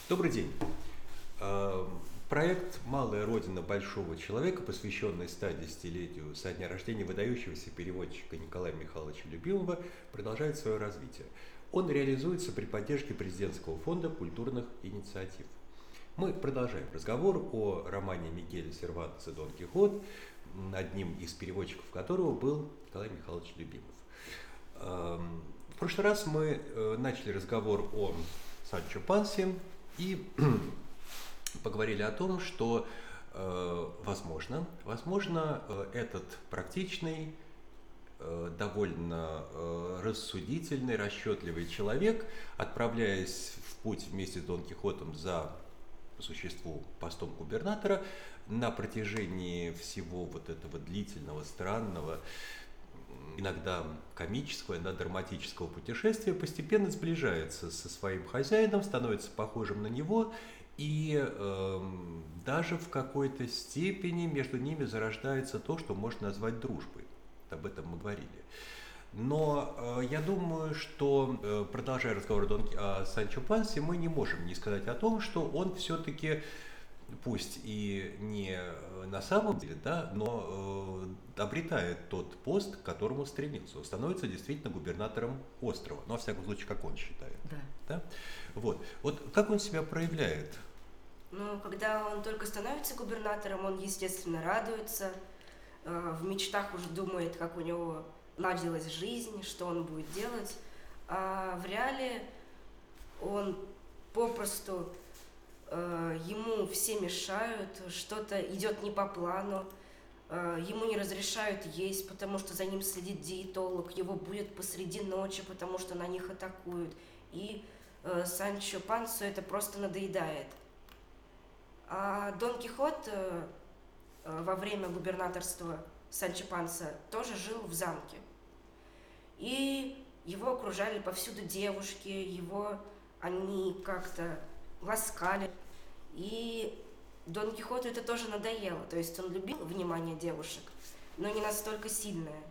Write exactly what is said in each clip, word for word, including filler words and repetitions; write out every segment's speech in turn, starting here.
Добрый день. Э, Проект «Малая родина большого человека», посвященный ста десятилетию со дня рождения выдающегося переводчика Николая Михайловича Любимого, продолжает свое развитие. Он реализуется при поддержке Президентского фонда культурных инициатив. Мы продолжаем разговор о романе Мигеля Сервантеса «Дон Кихот», одним из переводчиков которого был Николай Михайлович Любимов. В прошлый раз мы начали разговор о Санчо Пансе и поговорили о том, что э, возможно, возможно, э, этот практичный, э, довольно э, рассудительный, расчетливый человек, отправляясь в путь вместе с Дон Кихотом за, по существу, постом губернатора, на протяжении всего вот этого длительного, странного, иногда комического, иногда драматического путешествия, постепенно сближается со своим хозяином, становится похожим на него, и э, даже в какой-то степени между ними зарождается то, что можно назвать дружбой. Об этом мы говорили. Но э, я думаю, что, э, продолжая разговор о, Дон, о Санчо Пансе, мы не можем не сказать о том, что он все-таки, пусть и не на самом деле, да, но э, обретает тот пост, к которому стремился. Он становится действительно губернатором острова. Ну, во всяком случае, как он считает. Да. Да? Вот. Вот как он себя проявляет? Ну, когда он только становится губернатором, он, естественно, радуется, э, в мечтах уже думает, как у него наладилась жизнь, что он будет делать. А в реале он попросту, э, ему все мешают, что-то идет не по плану, э, ему не разрешают есть, потому что за ним следит диетолог, его будет посреди ночи, потому что на них атакуют. И э, Санчо Пансу это просто надоедает. А Дон Кихот э, во время губернаторства Санчо Панса тоже жил в замке. И его окружали повсюду девушки, его они как-то ласкали. И Дон Кихоту это тоже надоело. То есть он любил внимание девушек, но не настолько сильное.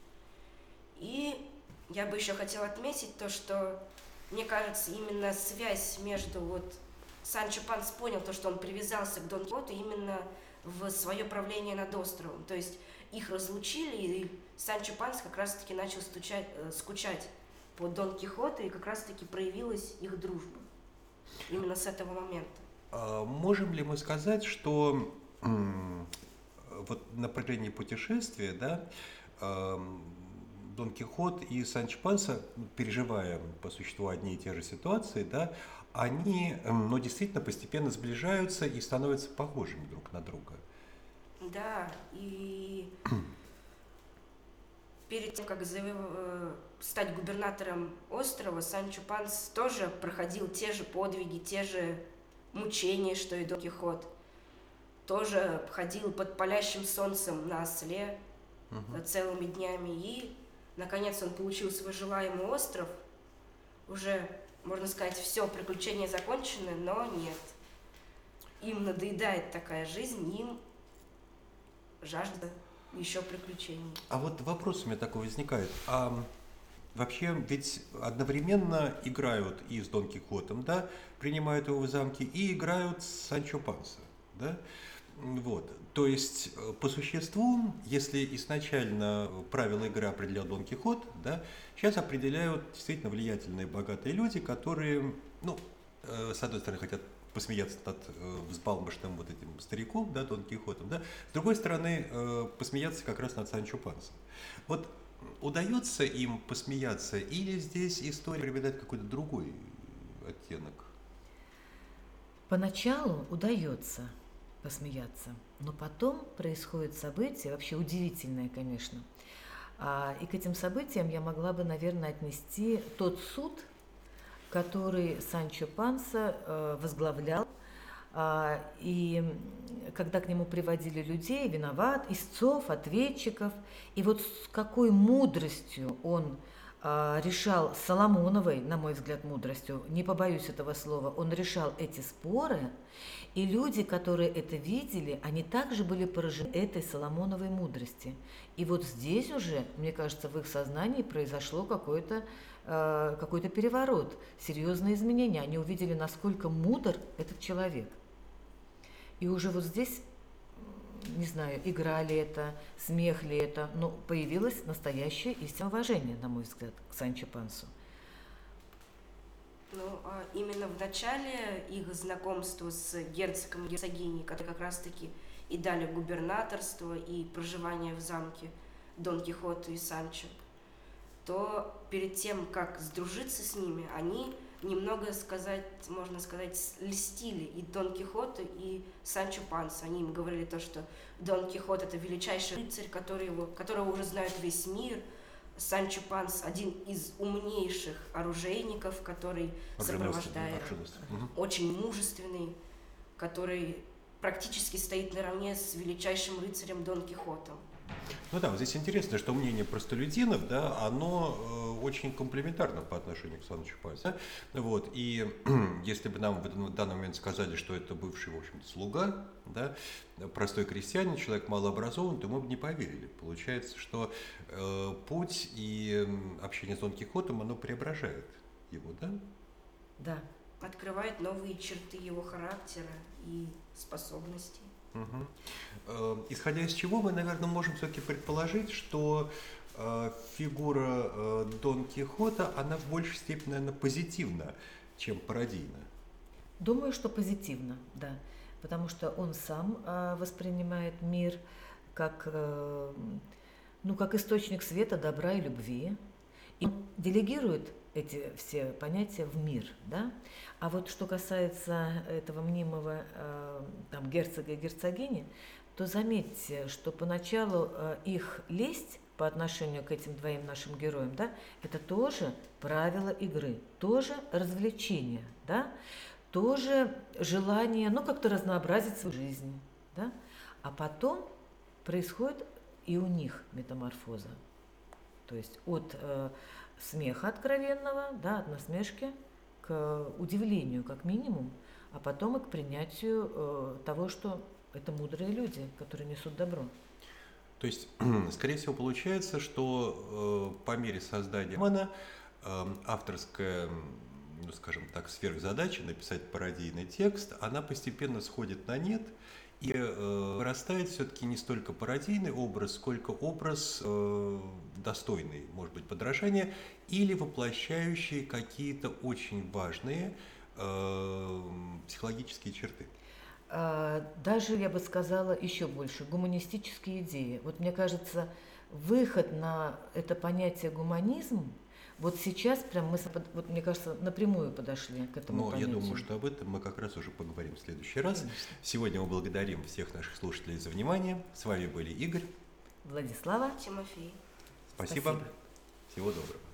И я бы еще хотела отметить то, что, мне кажется, именно связь между вот Санчо Панс понял то, что он привязался к Дон Кихоту именно в свое правление над островом. То есть их разлучили, и Санчо Панс как раз-таки начал стучать, э, скучать по Дон Кихоту, и как раз-таки проявилась их дружба. Именно с этого момента. А можем ли мы сказать, что м, вот на протяжении путешествия, да, эм, Дон Кихот и Санчо Панса, переживая по существу одни и те же ситуации, да, они, ну, действительно постепенно сближаются и становятся похожими друг на друга. Да, и перед тем, как стать губернатором острова, Санчо Панс тоже проходил те же подвиги, те же мучения, что и Дон Кихот. Тоже ходил под палящим солнцем на осле uh-huh. целыми днями. И, наконец, он получил свой желаемый остров. Уже, можно сказать, все, приключения закончены, но нет. Им надоедает такая жизнь, им жажда еще приключений. А вот вопрос у меня такой возникает. А вообще ведь одновременно играют и с Дон Кихотом, да, принимают его в замке, и играют с Санчо Панса, да? Вот. То есть, по существу, если изначально правила игры определял Дон Кихот, да, сейчас определяют действительно влиятельные, богатые люди, которые, ну, э, с одной стороны, хотят посмеяться над э, взбалмошным вот этим стариком, да, Дон Кихотом, да, с другой стороны, э, посмеяться как раз над Санчо Пансом. Вот удается им посмеяться, или здесь история приобретает какой-то другой оттенок? Поначалу удается посмеяться, но потом происходят события, вообще удивительные, конечно. А, и к этим событиям я могла бы, наверное, отнести тот суд, который Санчо Панса э, возглавлял, а, и когда к нему приводили людей, виноват, истцов, ответчиков, и вот с какой мудростью он а, решал, Соломоновой, на мой взгляд, мудростью, не побоюсь этого слова, он решал эти споры, и люди, которые это видели, они также были поражены этой Соломоновой мудрости. И вот здесь уже, мне кажется, в их сознании произошло какое-то э, какой-то переворот, серьезные изменения. Они увидели, насколько мудр этот человек. И уже вот здесь, не знаю, игра ли это, смех ли это, но появилось настоящее истинное уважение, на мой взгляд, к Санчо Пансу. Ну, а именно в начале их знакомства с герцогом и герцогиней, которые как раз-таки и дали губернаторство, и проживание в замке Дон Кихоту и Санчо, то перед тем, как сдружиться с ними, они немного, сказать, можно сказать, льстили и Дон Кихоту, и Санчо Пансу. Они им говорили то, что Дон Кихот — это величайший рыцарь, который его, которого уже знает весь мир. Санчо Панс — один из умнейших оружейников, который сопровождает, угу. очень мужественный, который практически стоит наравне с величайшим рыцарем Дон Кихотом. Ну да, вот здесь интересно, что мнение простолюдинов, да, оно э, очень комплементарно по отношению к Санчо Пансу. Да? Вот, и если бы нам в данный момент сказали, что это бывший, в общем-то, слуга, да, простой крестьянин, человек малообразован, то мы бы не поверили. Получается, что э, путь и общение с Дон Кихотом, оно преображает его, да? Да. Открывает новые черты его характера и способностей. Угу. Исходя из чего мы, наверное, можем все-таки предположить, что э, фигура э, Дон Кихота, она в большей степени, наверное, позитивна, чем пародийна. Думаю, что позитивно, да, потому что он сам э, воспринимает мир как, э, ну, как источник света, добра и любви, и делегирует эти все понятия в мир, да. А вот что касается этого мнимого э, там, герцога и герцогини, то заметьте, что поначалу э, их лесть по отношению к этим двоим нашим героям, да, это тоже правила игры, тоже развлечение, да, тоже желание, ну, как-то разнообразить свою жизнь, да. А потом происходит и у них метаморфоза, то есть от э, смеха откровенного, да, от насмешки к удивлению, как минимум, а потом и к принятию э, того, что это мудрые люди, которые несут добро. То есть, скорее всего, получается, что э, по мере создания романа э, авторская, ну, скажем так, сверхзадача написать пародийный текст, она постепенно сходит на нет, и э, вырастает все-таки не столько пародийный образ, сколько образ э, достойный, может быть, подражания, или воплощающий какие-то очень важные э, психологические черты. Даже, я бы сказала, еще больше, гуманистические идеи. Вот мне кажется, выход на это понятие гуманизм, вот сейчас прям мы, вот, мне кажется, напрямую подошли к этому Но понятию. я думаю, что об этом мы как раз уже поговорим в следующий раз. Конечно. Сегодня мы благодарим всех наших слушателей за внимание. С вами были Игорь, Владислава, Тимофей. Спасибо. Спасибо. Всего доброго.